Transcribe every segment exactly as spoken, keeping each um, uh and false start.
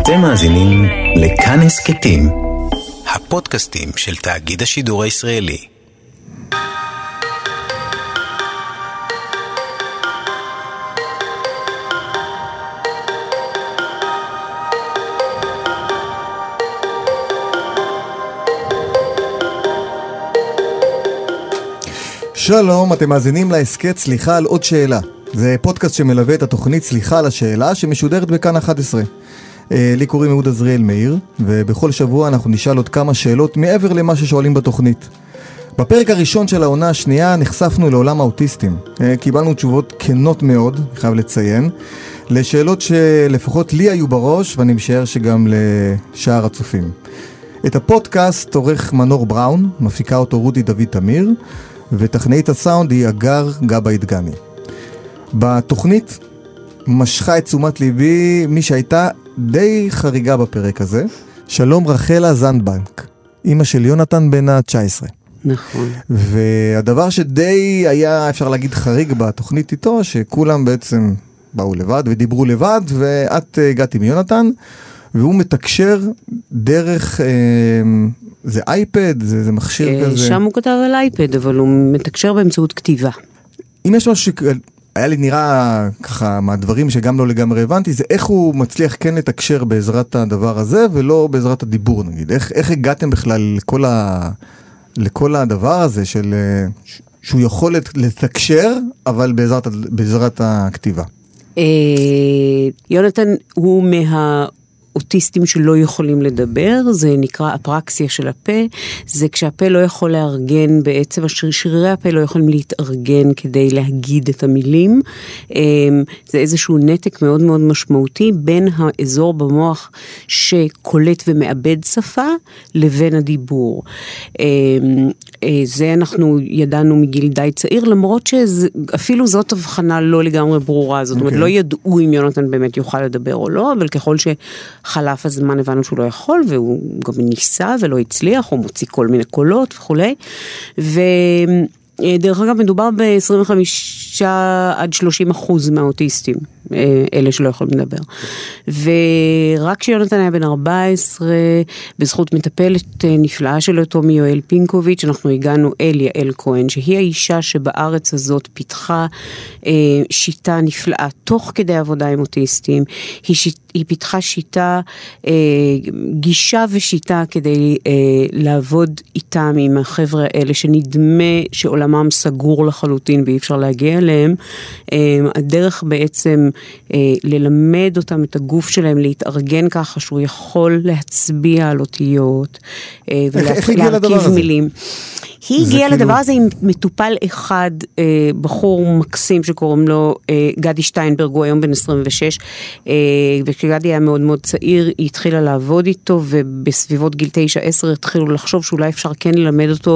אתם מאזינים לכאן הסכתים, הפודקאסטים של תאגיד השידור הישראלי. שלום, אתם מאזינים להסכת סליחה על עוד שאלה. זה פודקאסט שמלווה את התוכנית סליחה על השאלה שמשודרת בכאן אחת עשרה. לי קוראים אהוד עזריאל מאיר, ובכל שבוע אנחנו נשאל עוד כמה שאלות מעבר למה ששואלים בתוכנית. בפרק הראשון של העונה השנייה נחשפנו לעולם האוטיסטים. קיבלנו תשובות כנות מאוד, אני חייב לציין, לשאלות שלפחות לי היו בראש, ואני משער שגם לשאר הצופים. את הפודקאסט עורך מנור בראון, מפיקה אותו רודי דוד תמיר, וטכנאית הסאונד היא אגר גבאי דגני. בתוכנית משכה את תשומת ליבי מי שהייתה די חריגה בפרק הזה, שלום רחלה זנדבנק, אמא של יונתן בן ה-תשע עשרה. נכון. והדבר שדי היה אפשר להגיד חריג בתוכנית איתו, שכולם בעצם באו לבד ודיברו לבד, ואת הגעת עם יונתן, והוא מתקשר דרך, אה, זה אייפד, זה, זה מכשיר אה, כזה. שם הוא כתב על אייפד, אבל הוא מתקשר באמצעות כתיבה. אם יש משהו שהיה לי נראה ככה מהדברים שגם לא לגמרי הבנתי, זה איך הוא מצליח כן לתקשר בעזרת הדבר הזה, ולא בעזרת הדיבור נגיד. איך, איך הגעתם בכלל לכל, ה, לכל הדבר הזה של, שהוא יכול לתקשר, אבל בעזרת, בעזרת הכתיבה? אה, יונתן הוא מה... אוטיסטים שלא יכולים לדבר, זה נקרא אפרקסיה של הפה, זה כשהפה לא יכול לארגן, בעצם שרירי הפה לא יכולים להתארגן כדי להגיד את המילים, זה איזשהו נתק מאוד מאוד משמעותי בין האזור במוח שקולט ומאבד שפה לבין הדיבור. זה אנחנו ידענו מגיל די צעיר, למרות שאפילו זאת הבחנה לא לגמרי ברורה, זאת אומרת, לא ידעו אם יונתן באמת יוכל לדבר או לא, אבל ככל שחלף הזמן הבנו שהוא לא יכול, והוא גם ניסה ולא הצליח, הוא מוציא כל מיני קולות וכו'. ודרך אגב מדובר ב-עשרים וחמישה עד שלושים אחוז מהאוטיסטים, אלה שלא יכולים לדבר. ורק כשיונתן היה בן ארבע עשרה, בזכות מטפלת נפלאה שלו, תומי יואל פינקוביץ', אנחנו הגענו אל יעל כהן, שהיא האישה שבארץ הזאת פיתחה אה, שיטה נפלאה, תוך כדי עבודה עם אוטיסטים. היא, שיט, היא פיתחה שיטה, אה, גישה ושיטה כדי אה, לעבוד איתם, עם החבר'ה האלה, שנדמה שעולמם סגור לחלוטין ואי אפשר להגיע אליהם. אה, הדרך בעצם ללמד אותם את הגוף שלהם להתארגן ככה שהוא יכול להצביע על אותיות ולהרכיב מילים. היא הגיעה לדבר הזה עם מטופל אחד, בחור מקסים שקוראים לו גדי שטיינברג, הוא היום בן עשרים ושש, וכשגדי היה מאוד מאוד צעיר, היא התחילה לעבוד איתו, ובסביבות גיל תשע עשרה התחילו לחשוב שאולי אפשר כן ללמד אותו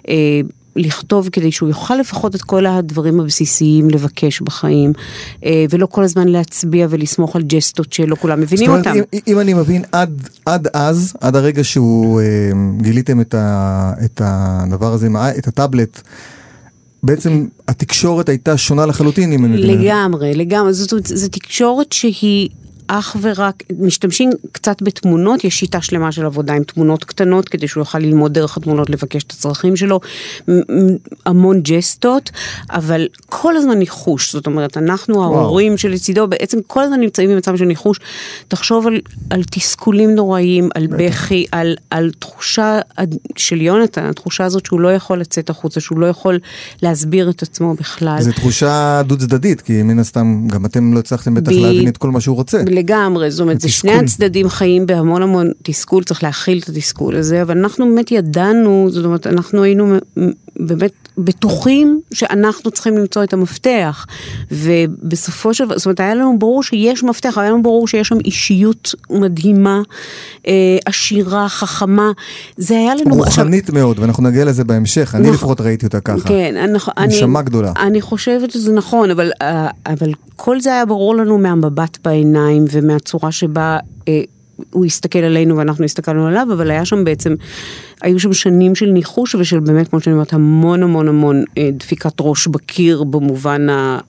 לכתוב כדי שהוא יוכל לפחות את כל הדברים הבסיסיים לבקש בחיים, ולא כל הזמן להצביע ולסמוך על ג'סטות שלא כולם מבינים אותם. אם, אם אני מבין, עד, עד אז, עד הרגע שהוא גיליתם את, ה, את הדבר הזה, את הטאבלט, בעצם התקשורת הייתה שונה לחלוטין. אם אני לגמרי, לגמרי. זאת אומרת, זו תקשורת שהיא אך ורק, משתמשים קצת בתמונות, יש שיטה שלמה של עבודה עם תמונות קטנות, כדי שהוא יוכל ללמוד דרך התמונות, לבקש את הצרכים שלו, המון ג'סטות, אבל כל הזמן ניחוש, זאת אומרת, אנחנו ההורים שלצידו, בעצם כל הזמן נמצאים במצב של ניחוש, תחשוב על, על תסכולים נוראיים, על בכי, על, על תחושה של יונתן, התחושה הזאת שהוא לא יכול לצאת החוצה, שהוא לא יכול להסביר את עצמו בכלל. זו תחושה דו צדדית, כי מן הסתם, גם אתם לא הצלחתם בטח להבין את כל מה שהוא רוצה. לגמרי, זאת אומרת, זה שני הצדדים חיים בהמון המון תסכול, צריך להכיל את התסכול הזה, אבל אנחנו באמת ידענו, זאת אומרת, אנחנו היינו באמת בטוחים שאנחנו צריכים למצוא את המפתח, ובסופו של דבר, זאת אומרת, היה לנו ברור שיש מפתח, היה לנו ברור שיש שם אישיות מדהימה, עשירה, חכמה, זה היה לנו... רוחנית מאוד, ואנחנו נגיע לזה בהמשך, אני לפחות ראיתי אותה ככה. כן, נשמה גדולה. אני חושבת שזה נכון, אבל כל זה היה ברור לנו מהמבט בעיניים, ומהצורה שבה הוא הסתכל עלינו ואנחנו הסתכלנו עליו, אבל היה שם בעצם, היו שם שנים של ניחוש ושל באמת, כמו שאני אומרת, המון המון המון דפיקת ראש בקיר במובן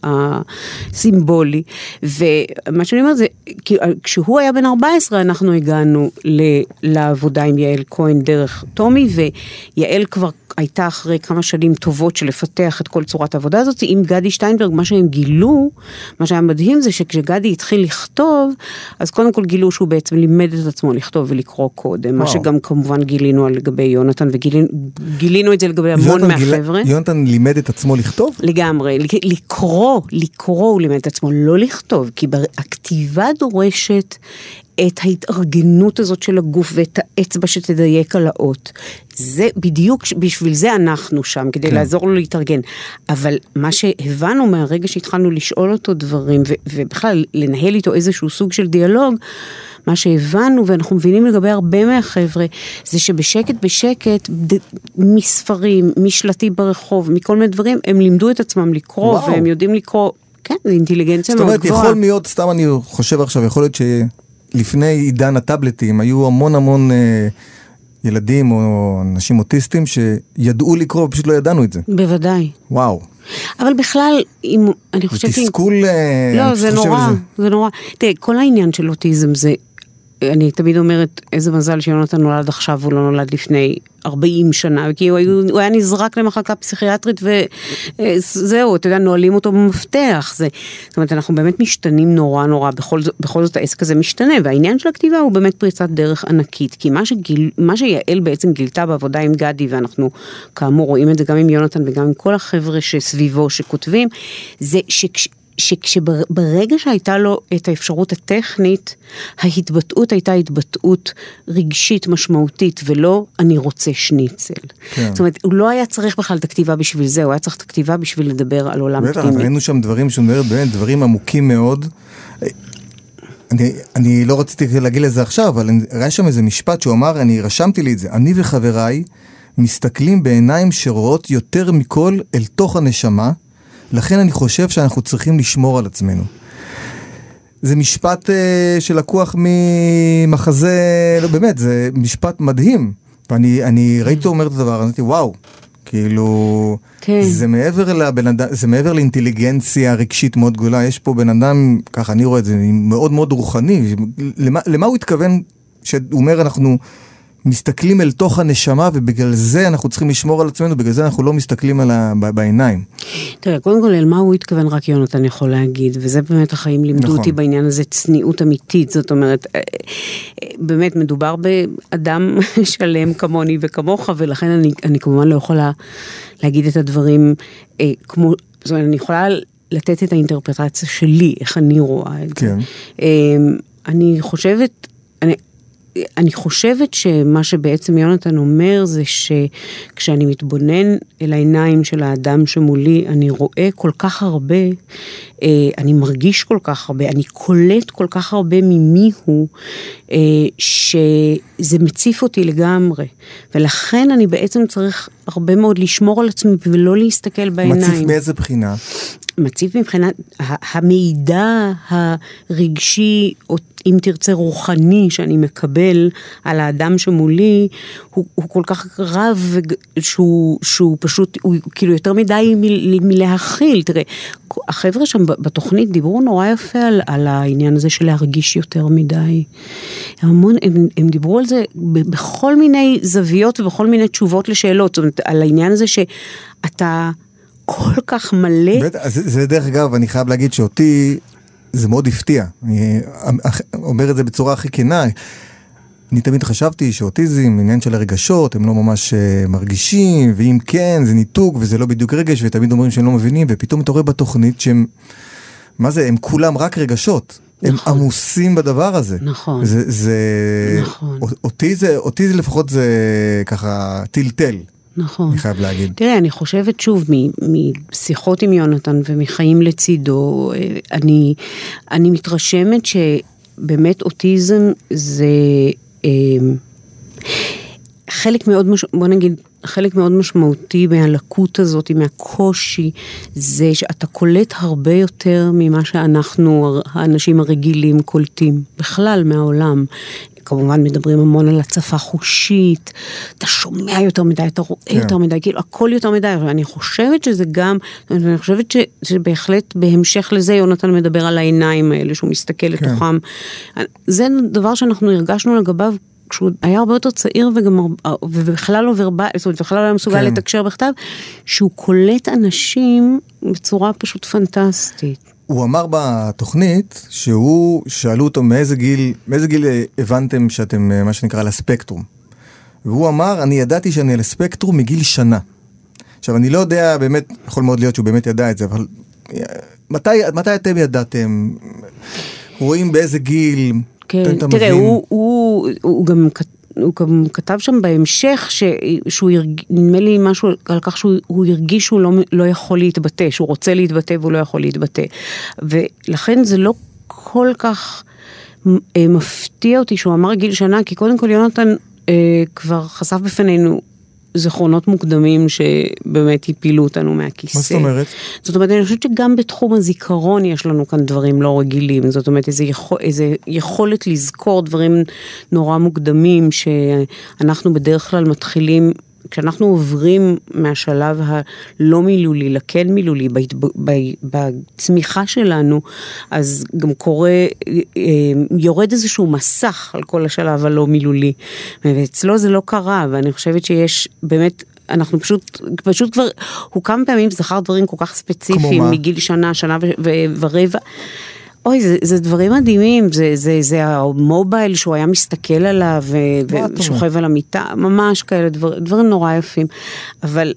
הסימבולי, ומה שאני אומרת זה, כשהוא היה בן ארבע עשרה אנחנו הגענו לעבודה עם יעל כהן דרך תומי, ויעל כבר הייתה אחרי כמה שנים טובות של לפתח את כל צורת העבודה הזאת, עם גדי שטיינברג, מה שהם גילו, מה שהיה מדהים זה שכשגדי התחיל לכתוב, אז קודם כל גילו שהוא בעצם לימד את עצמו לכתוב ולקרוא קודם, מה שגם כמובן גילינו על לגבי יונתן, וגילינו את זה לגבי המון מהחבר'ה. יונתן לימד את עצמו לכתוב? לגמרי, לקרוא, לקרוא הוא לימד את עצמו, לא לכתוב, כי הכתיבה דורשת את ההתארגנות הזאת של הגוף ואת האצבע שתדייק על האות. זה בדיוק, בשביל זה אנחנו שם, כדי כן. לעזור לו להתארגן. אבל מה שהבנו מהרגע שהתחלנו לשאול אותו דברים, ו- ובכלל לנהל איתו איזשהו סוג של דיאלוג, מה שהבנו, ואנחנו מבינים לגבי הרבה מהחבר'ה, זה שבשקט בשקט, ד- מספרים, משלטים ברחוב, מכל מיני דברים, הם לימדו את עצמם לקרוא, וואו. והם יודעים לקרוא, כן, זה אינטליגנציה מאוד גבוהה. זאת אומרת, יכול מאוד, סתם אני חושב עכשיו, יכול להיות ש... לפני עידן הטאבלטים, היו המון המון אה, ילדים או אנשים אוטיסטים שידעו לקרוא, פשוט לא ידענו את זה. בוודאי. וואו. אבל בכלל, אם, אני חושבת... זה תסכול... לא, זה נורא, זה נורא. תראה, כל העניין של אוטיזם זה, אני תמיד אומרת, איזה מזל שיונתן נולד עכשיו, הוא לא נולד לפני ארבעים שנה, כי הוא, הוא היה נזרק למחלקה פסיכיאטרית, וזהו, אתה יודע, נועלים אותו במפתח. זה, זאת אומרת, אנחנו באמת משתנים נורא נורא, בכל זאת, בכל זאת העסק הזה משתנה, והעניין של הכתיבה הוא באמת פריצת דרך ענקית, כי מה, שגיל, מה שיעל בעצם גילתה בעבודה עם גדי, ואנחנו כאמור רואים את זה גם עם יונתן, וגם עם כל החבר'ה שסביבו שכותבים, זה שכש... שכשברגע שהייתה לו את האפשרות הטכנית, ההתבטאות הייתה התבטאות רגשית משמעותית, ולא אני רוצה שניצל. כן. זאת אומרת, הוא לא היה צריך בכלל את הכתיבה בשביל זה, הוא היה צריך את הכתיבה בשביל לדבר על עולם בטח, פנימי. ראינו שם דברים שאומרת באמת, דברים עמוקים מאוד. אני, אני לא רציתי להגיד לזה עכשיו, אבל ראי שם איזה משפט שהוא אמר, אני רשמתי לי את זה, אני וחבריי מסתכלים בעיניים שרואות יותר מכל אל תוך הנשמה, לכן אני חושב שאנחנו צריכים לשמור על עצמנו. זה משפט uh, שלקוח ממחזה, לא באמת, זה משפט מדהים. ואני אני ראיתי אומר את הדבר, אני אמרתי, וואו, כאילו, כן. זה מעבר לבן אדם, זה מעבר לאינטליגנציה רגשית מאוד גדולה, יש פה בן אדם, ככה אני רואה את זה, מאוד מאוד רוחני, למה, למה הוא התכוון שהוא אומר אנחנו מסתכלים אל תוך הנשמה, ובגלל זה אנחנו צריכים לשמור על עצמנו, בגלל זה אנחנו לא מסתכלים על ה... בעיניים. תראה, קודם כל, אל מה הוא התכוון רק יונתן יכול להגיד, וזה באמת החיים לימדו נכון. אותי בעניין הזה, צניעות אמיתית, זאת אומרת, באמת מדובר באדם שלם כמוני וכמוך, ולכן אני, אני כמובן לא יכולה להגיד את הדברים אה, כמו, זאת אומרת, אני יכולה לתת את האינטרפרטציה שלי, איך אני רואה את זה. כן. אה, אני חושבת, אני... אני חושבת שמה שבעצם יונתן אומר זה שכשאני מתבונן אל העיניים של האדם שמולי, אני רואה כל כך הרבה, אני מרגיש כל כך הרבה, אני קולט כל כך הרבה ממי הוא, שזה מציף אותי לגמרי. ולכן אני בעצם צריך הרבה מאוד לשמור על עצמי ולא להסתכל בעיניים. מציף מאיזה בחינה? מציף מבחינת המידע הרגשי, או אם תרצה רוחני שאני מקבל על האדם שמולי, הוא, הוא כל כך רב שהוא, שהוא פשוט, הוא כאילו יותר מדי מ, מלהכיל. תראה, החבר'ה שם בתוכנית דיברו נורא יפה על, על העניין הזה של להרגיש יותר מדי. המון, הם, הם דיברו על זה בכל מיני זוויות ובכל מיני תשובות לשאלות, זאת אומרת, על העניין הזה שאתה כל כך מלא. בטח, זה, זה דרך אגב, אני חייב להגיד שאותי זה מאוד הפתיע. אני אומר את זה בצורה הכי כנה. אני תמיד חשבתי שאוטיזם, עניין של הרגשות, הם לא ממש מרגישים, ואם כן, זה ניתוק, וזה לא בדיוק רגש, ותמיד אומרים שהם לא מבינים, ופתאום אתה רואה בתוכנית שהם, מה זה, הם כולם רק רגשות. הם נכון. עמוסים בדבר הזה. נכון. זה, זה, נכון. אותי זה, אותי זה לפחות זה ככה טלטל. נכון. אני חייב להגיד. תראה, אני חושבת שוב, משיחות עם יונתן ומחיים לצידו, אני, אני מתרשמת שבאמת אוטיזם זה אה, חלק מאוד, בוא נגיד, חלק מאוד משמעותי מהלקות הזאת, מהקושי, זה שאתה קולט הרבה יותר ממה שאנחנו, האנשים הרגילים, קולטים, בכלל מהעולם. כמובן מדברים המון על הצפה חושית, אתה שומע יותר מדי, אתה רואה כן. יותר מדי, כאילו הכל יותר מדי, ואני חושבת שזה גם, אני חושבת ש, שבהחלט בהמשך לזה יונתן מדבר על העיניים האלה, שהוא מסתכל כן. לתוכם, זה דבר שאנחנו הרגשנו לגביו, כשהוא היה הרבה יותר צעיר וגם, ובכלל לא ורבלי, זאת אומרת, בכלל לא היה מסוגל כן. לתקשר בכתב, שהוא קולט אנשים בצורה פשוט פנטסטית. הוא אמר בתוכנית שהוא, שאלו אותו מאיזה גיל, מאיזה גיל הבנתם שאתם, מה שנקרא, על הספקטרום. והוא אמר, אני ידעתי שאני על הספקטרום מגיל שנה. עכשיו, אני לא יודע, באמת, יכול מאוד להיות שהוא באמת ידע את זה, אבל מתי, מתי אתם ידעתם? רואים באיזה גיל? כן, תראה, הוא, הוא, הוא גם הוא גם כתב שם בהמשך ש, שהוא הרג, נדמה לי משהו על כך שהוא הרגיש שהוא לא, לא יכול להתבטא, שהוא רוצה להתבטא והוא לא יכול להתבטא. ולכן זה לא כל כך מפתיע אותי שהוא אמר גיל שנה, כי קודם כל יונתן אה, כבר חשף בפנינו זיכרונות מוקדמים שבאמת הפילו אותנו מהכיסא. מה זאת אומרת? זאת אומרת, אני חושבת שגם בתחום הזיכרון יש לנו כאן דברים לא רגילים. זאת אומרת, איזו יכול, איזה יכולת לזכור דברים נורא מוקדמים שאנחנו בדרך כלל מתחילים, כשאנחנו עוברים מהשלב הלא מילולי לכן מילולי, בצמיחה שלנו, אז גם קורה, יורד איזשהו מסך על כל השלב הלא מילולי. ואצלו זה לא קרה, ואני חושבת שיש באמת, אנחנו פשוט, פשוט כבר, הוא כמה פעמים זכר דברים כל כך ספציפיים, מגיל שנה, שנה ורבע, אוי, זה, זה דברים מדהימים, זה, זה, זה המובייל שהוא היה מסתכל עליו ושוכב על המיטה, ממש כאלה דבר, דברים נורא יפים. אבל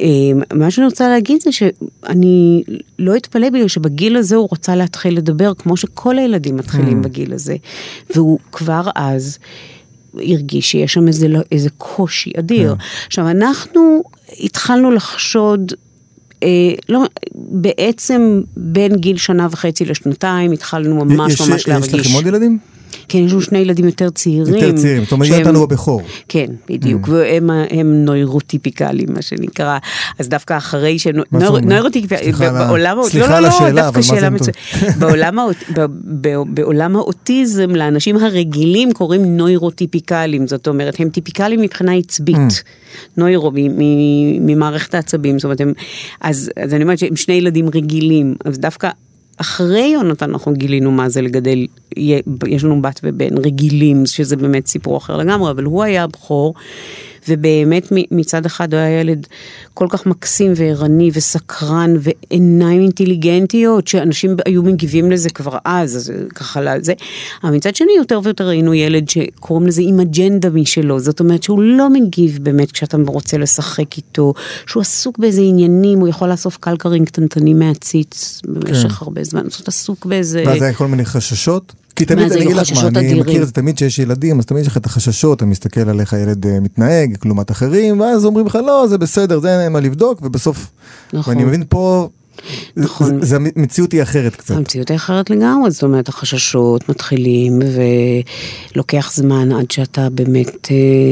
מה שאני רוצה להגיד זה שאני לא אתפלא בגלל שבגיל הזה הוא רוצה להתחיל לדבר, כמו שכל הילדים מתחילים בגיל הזה. והוא כבר אז הרגיש שיש שם איזה, איזה קושי אדיר. עכשיו, אנחנו התחלנו לחשוד, אה, לא, בעצם בין גיל שנה וחצי לשנתיים התחלנו ממש יש, ממש להרגיש. יש לכם עוד ילדים? כן, יש לנו שני ילדים יותר צעירים. יותר צעירים, זאת אומרת, יונתן הוא הבכור. כן, בדיוק, mm. והם הם נוירוטיפיקליים, מה שנקרא. אז דווקא אחרי ש... נוירוטיפיקליים, בעולם... סליחה על השאלה, אבל מה זה טוב? בעולם האוטיזם, לאנשים הרגילים קוראים נוירוטיפיקליים, זאת אומרת, הם טיפיקליים מבחינה עצבית, נוירו, ממערכת העצבים, זאת אומרת, אז אני אומרת שהם שני ילדים רגילים, אז דווקא אחרי יונתן אנחנו גילינו מה זה לגדל, יש לנו בת ובן רגילים, שזה באמת סיפור אחר לגמרי, אבל הוא היה הבכור, ובאמת מצד אחד הוא היה ילד כל כך מקסים וערני וסקרן ועיניים אינטליגנטיות, שאנשים היו מגיבים לזה כבר אז, אז ככה לזה. אבל מצד שני יותר ויותר ראינו ילד שקוראים לזה עם אג'נדה משלו, זאת אומרת שהוא לא מגיב באמת כשאתה רוצה לשחק איתו, שהוא עסוק באיזה עניינים, הוא יכול לאסוף קלקרים קטנטנים מהציץ במשך כן. הרבה זמן, זאת עסוק באיזה... ואז היה כל מיני חששות? כי תמיד אני אגיד לך מה, אני מכיר את זה תמיד שיש ילדים, אז תמיד יש לך את החששות, אתה מסתכל עליך ילד מתנהג, כלומת אחרים, ואז אומרים לך, לא, זה בסדר, זה אין מה לבדוק, ובסוף, נכון. ואני מבין פה, נכון. זה, המציאות היא אחרת קצת. המציאות היא אחרת לגמרי, זאת אומרת, החששות מתחילים, ולוקח זמן עד שאתה באמת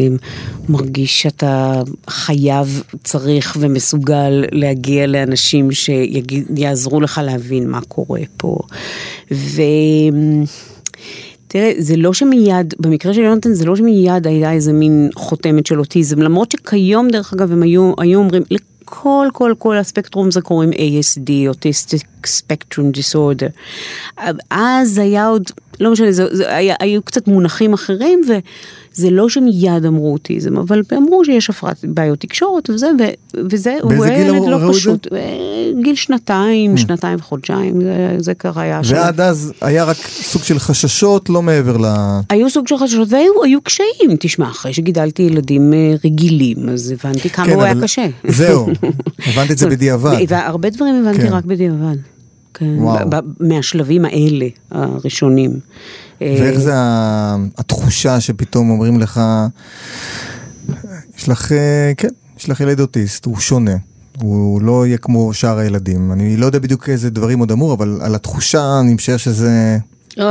מרגיש שאתה חייב, צריך ומסוגל להגיע לאנשים שיעזרו לך להבין מה קורה פה. ו... תראה, זה לא שמיד, במקרה של יונתן, זה לא שמיד היה איזה מין חותמת של אוטיזם, למרות שכיום דרך אגב הם היו, היו אומרים, לכל כל כל הספקטרום זה קוראים איי אס די, Autistic Spectrum Disorder. אז היה עוד, לא משנה, זה, זה, היה, היו קצת מונחים אחרים, וזה לא שמיד אמרו אוטיזם, אבל אמרו שיש הפרעת בעיות תקשורת, וזה, ו, וזה, הוא ילד לא פשוט. גיל שנתיים, שנתיים וחודשיים, זה, זה ככה היה. ועד אז היה רק סוג של חששות, לא מעבר ל... היו סוג של חששות, והיו היו קשיים, תשמע, אחרי שגידלתי ילדים רגילים, אז הבנתי כמה הוא היה קשה. זהו, הבנתי את זה בדיעבד. והרבה דברים הבנתי רק בדיעבד. כן, מהשלבים האלה, הראשונים. ואיך זה התחושה שפתאום אומרים לך, יש לך, כן, יש לך ילד אוטיסט, הוא שונה, הוא לא יהיה כמו שאר הילדים. אני לא יודע בדיוק איזה דברים עוד אמור, אבל על התחושה אני משער שזה...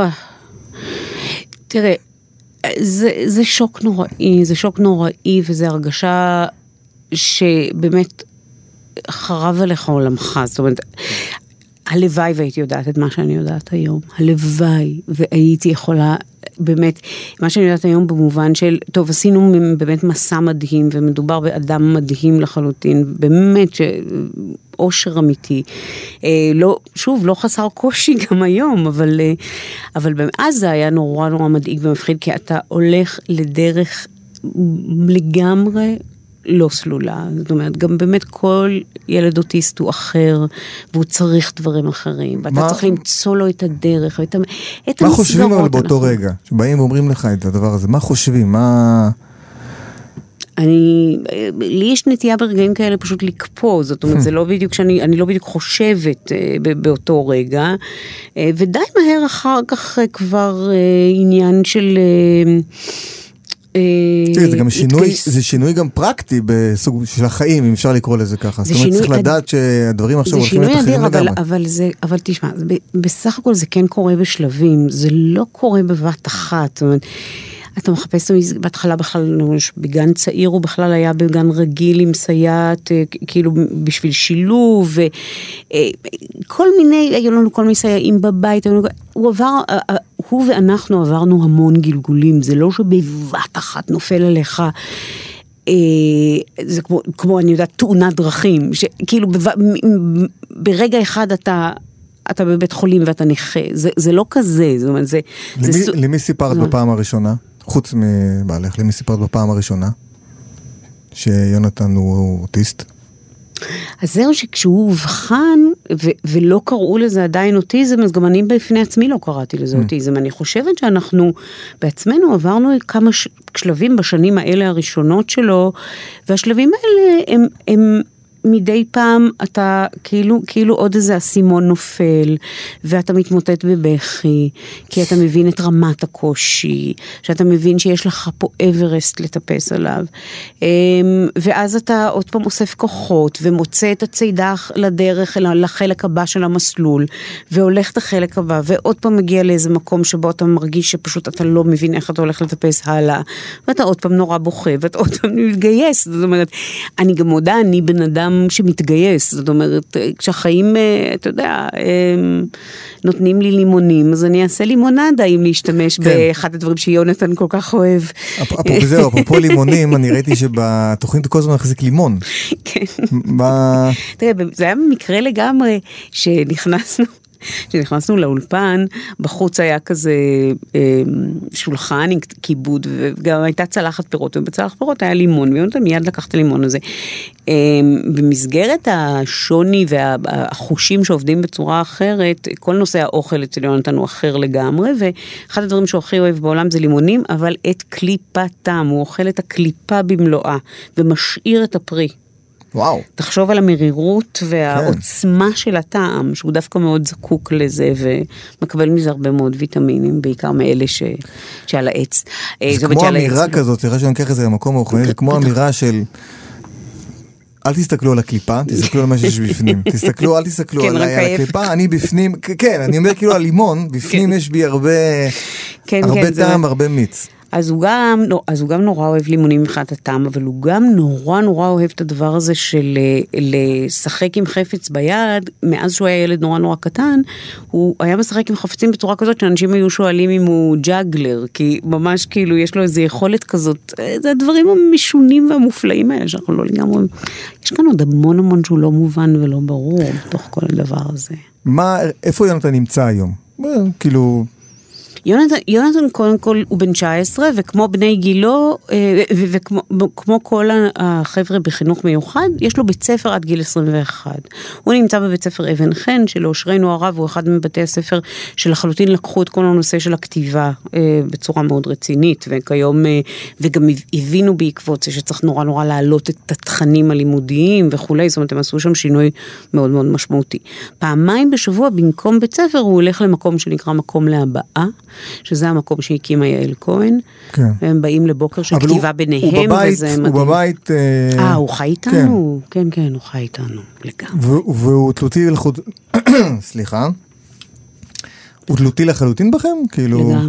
תראה, זה, זה שוק נוראי, זה שוק נוראי, וזו הרגשה שבאמת חרב עליך עולמך, זאת אומרת... הלוואי והייתי יודעת את מה שאני יודעת היום. הלוואי והייתי יכולה באמת, מה שאני יודעת היום במובן של, טוב, עשינו באמת מסע מדהים, ומדובר באדם מדהים לחלוטין, באמת שאושר אמיתי. לא, שוב, לא חסר קושי גם היום, אבל, אבל אז זה היה נורא נורא מדאיג ומפחיד, כי אתה הולך לדרך לגמרי לא סלולה. זאת אומרת, גם באמת כל ילד אוטיסט הוא אחר, והוא צריך דברים אחרים, ואתה מה... צריך למצוא לו את הדרך, ואת, את מה חושבים אבל באותו רגע? שבאים ואומרים לך את הדבר הזה, מה חושבים? מה... אני, לי יש נטייה ברגעים כאלה פשוט לקפוא, זאת אומרת, זה לא בדיוק שאני, אני לא בדיוק חושבת באותו רגע, ודי מהר אחר כך כבר עניין של... זה גם שינוי, זה שינוי גם פרקטי בסוג של החיים, אם אפשר לקרוא לזה ככה. זאת אומרת, צריך לדעת שהדברים עכשיו הולכים להיות אחרים לגמרי. אבל תשמע, בסך הכל זה כן קורה בשלבים, זה לא קורה בבת אחת, זאת אומרת, אתה מחפש בהתחלה בכלל, בגן צעיר הוא בכלל היה בגן רגיל עם סייעת, כאילו בשביל שילוב, וכל מיני, היו לנו כל מיני סייעים בבית, הוא עבר, הוא ואנחנו עברנו המון גלגולים, זה לא שבבת אחת נופל עליך, זה כמו, כמו אני יודעת, תאונת דרכים, שכאילו ברגע אחד אתה... אתה בבית חולים ואתה נכה, זה, זה לא כזה, זאת אומרת, זה... למי, זה... למי סיפרת בפעם הראשונה? חוץ מבעלך, למי סיפרת בפעם הראשונה? שיונתן הוא אוטיסט? אז זהו שכשהוא הובחן, ו- ולא קראו לזה עדיין אוטיזם, אז גם אני בפני עצמי לא קראתי לזה אוטיזם. אני חושבת שאנחנו בעצמנו עברנו כמה ש- שלבים בשנים האלה הראשונות שלו, והשלבים האלה הם... הם מדי פעם אתה כאילו, כאילו עוד איזה אסימון נופל, ואתה מתמוטט בבכי, כי אתה מבין את רמת הקושי, שאתה מבין שיש לך פה אברסט לטפס עליו, ואז אתה עוד פעם אוסף כוחות, ומוצא את הצידה לדרך, לחלק הבא של המסלול, והולך את החלק הבא, ועוד פעם מגיע לאיזה מקום שבו אתה מרגיש שפשוט אתה לא מבין איך אתה הולך לטפס הלאה, ואתה עוד פעם נורא בוכה, ואתה עוד פעם מתגייס, זאת אומרת, אני גם מודה, אני בן אדם שמתגייס, זאת אומרת, כשהחיים, אתה יודע, נותנים לי לימונים, אז אני אעשה לימונדה אם להשתמש באחד הדברים שיונתן כל כך אוהב. זהו, אפרופו לימונים, אני ראיתי שבתוכנית כל הזמן מחזיק לימון. כן. תראה, זה היה מקרה לגמרי שנכנסנו, כשנכנסנו לאולפן, בחוץ היה כזה אה, שולחן עם כיבוד, וגם הייתה צלחת פירות, ובצלחת פירות היה לימון, ויונתן מיד לקח את הלימון הזה. אה, במסגרת השוני והחושים שעובדים בצורה אחרת, כל נושא האוכל אצל יונתן הוא אחר לגמרי, ואחד הדברים שהוא הכי אוהב בעולם זה לימונים, אבל את קליפתם, הוא אוכל את הקליפה במלואה, ומשאיר את הפרי. וואו. תחשוב על המרירות והעוצמה של הטעם, שהוא דווקא מאוד זקוק לזה, ומקבל מזה הרבה מאוד ויטמינים, בעיקר מאלה ש... שעל העץ. זה כמו אמירה כזאת, סליחה שאני אקח את זה למקום האחרון, זה כמו אמירה של... אל תסתכלו על הקליפה, תסתכלו על מה שיש בפנים. תסתכלו, אל תסתכלו על הקליפה, אני בפנים, כן, אני אומר כאילו על לימון, בפנים יש בי הרבה טעם, הרבה מיץ. אז הוא גם, אז הוא גם נורא אוהב לימונים מבחינת הטעם, אבל הוא גם נורא נורא אוהב את הדבר הזה של לשחק עם חפץ ביד, מאז שהוא היה ילד נורא נורא קטן, הוא היה משחק עם חפצים בצורה כזאת שאנשים היו שואלים אם הוא ג'אגלר, כי ממש כאילו יש לו איזו יכולת כזאת, זה הדברים המשונים והמופלאים האלה שאנחנו לא לגמרי, יש כאן עוד המון המון שהוא לא מובן ולא ברור בתוך כל הדבר הזה. מה, איפה יונתן נמצא היום? כאילו... יונתן, יונתן קודם כל הוא בן תשע עשרה, וכמו בני גילו, וכמו כמו כל החבר'ה בחינוך מיוחד, יש לו בית ספר עד גיל עשרים ואחת. הוא נמצא בבית ספר אבן חן, שלאושרנו הרב, הוא אחד מבתי הספר שלחלוטין לקחו את כל הנושא של הכתיבה בצורה מאוד רצינית, וכיום, וגם הבינו בעקבות זה שצריך נורא נורא להעלות את התכנים הלימודיים וכולי, זאת אומרת, הם עשו שם שינוי מאוד מאוד משמעותי. פעמיים בשבוע, במקום בית ספר, הוא הולך למקום שנקרא מקום להבאה, שזה המקום שהקימה יעל כהן, כן. הם באים לבוקר של כתיבה הוא, ביניהם, הוא בבית, וזה הוא מדהים. בבית, אה, הוא חי איתנו? כן, כן, כן הוא חי איתנו, לגמרי. והוא תלותי לחלוטין, סליחה, הוא תלותי לחלוטין בכם? כאילו... לגמרי.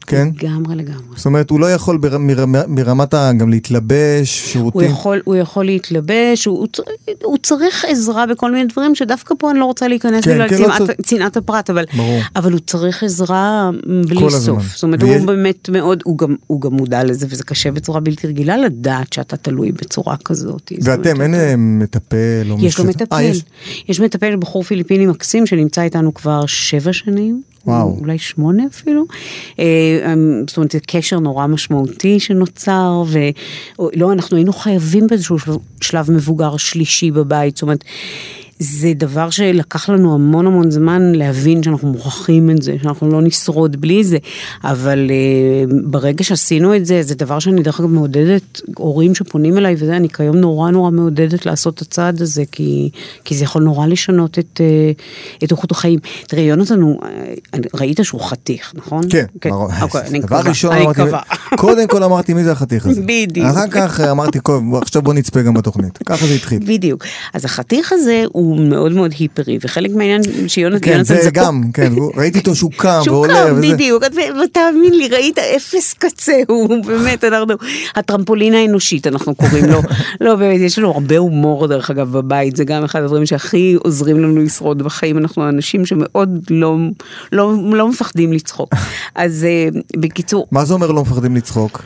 כן? לגמרי, לגמרי. זאת אומרת, הוא לא יכול ברמת גם להתלבש, שירותים? הוא יכול, הוא יכול להתלבש, הוא, הוא צריך עזרה בכל מיני דברים, שדווקא פה אני לא רוצה להיכנס כן, כן, צנעת, לא צ... צנעת הפרט, אבל, אבל הוא צריך עזרה בלי סוף. זאת אומרת, ויש... הוא באמת מאוד, הוא גם, הוא גם מודע לזה, וזה קשה בצורה בלתי רגילה לדעת שאתה תלוי בצורה כזאת. ואתם, אין אתה... מטפל? או יש לו מטפל. 아, יש... יש מטפל בחור פיליפיני מקסים, שנמצא איתנו כבר שבע שנים. וואו. אולי שמונה אפילו. זאת אומרת, זה קשר נורא משמעותי שנוצר, ולא, אנחנו היינו חייבים באיזשהו שלב מבוגר שלישי בבית, זאת אומרת, זה דבר שלקח לנו המון המון זמן להבין שאנחנו מוכרחים את זה, שאנחנו לא נשרוד בלי זה, אבל uh, ברגע שעשינו את זה, זה דבר שאני דרך אגב מעודדת, הורים שפונים אליי וזה, אני כיום נורא נורא מעודדת לעשות את הצעד הזה, כי, כי זה יכול נורא לשנות את, uh, את איכות החיים. תראה, יונתן, הוא, ראית שהוא חתיך, נכון? כן. כן. ברור. אוקיי, אני דבר מקווה. ראשון אני אמרתי, מקווה. קודם כל אמרתי מי זה החתיך הזה. בדיוק. אחר כך אמרתי, עכשיו בוא נצפה גם בתוכנית. ככה זה התחיל. בדיוק. אז החתיך הזה הוא מאוד מאוד היפרי, וחלק מהעניין שיונתן כן, זה זקוק... גם, כן, ראיתי אותו שהוא קם ועולה. שהוא קם, בדיוק, ותאמין לי, ראית אפס קצה, הוא באמת, אנחנו, הטרמפולין האנושית, אנחנו קוראים לו, לא באמת, יש לנו הרבה הומור דרך אגב בבית, זה גם אחד הדברים שהכי עוזרים לנו לשרוד בחיים, אנחנו אנשים שמאוד לא, לא, לא מפחדים לצחוק. אז בקיצור... מה זה אומר לא מפחדים לצחוק?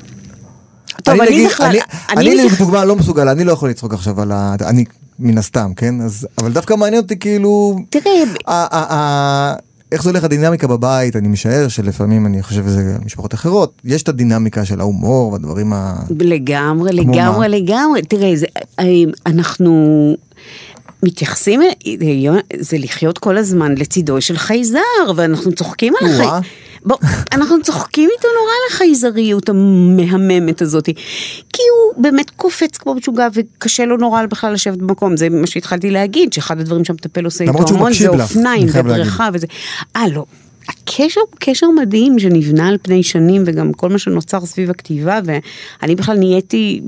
טוב, אני בכלל... אני לדוגמה לא מסוגל, אני לא יכול לצחוק עכשיו על ה... אני... מן הסתם, כן? אז, אבל דווקא מעניין אותי כאילו... תראה... ה, ה, ה, איך זה הולך הדינמיקה בבית, אני משער שלפעמים אני חושב שזה משפחות אחרות, יש את הדינמיקה של ההומור והדברים ה... לגמרי, לגמרי, לגמרי. תראה, זה, אנחנו... מתייחסים, זה לחיות כל הזמן לצידו של חייזר, ואנחנו צוחקים על החי... בוא, אנחנו צוחקים איתו נורא על החייזריות המהממת הזאת, כי הוא באמת קופץ כמו משוגע, וקשה לו נורא בכלל לשבת במקום, זה מה שהתחלתי להגיד, שאחד הדברים שהמטפל עושה איתו המון, זה אופניים ובריכה וזה. אה, לא. הקשר הוא קשר מדהים שנבנה על פני שנים, וגם כל מה שנוצר סביב הכתיבה, ואני בכלל נהייתי...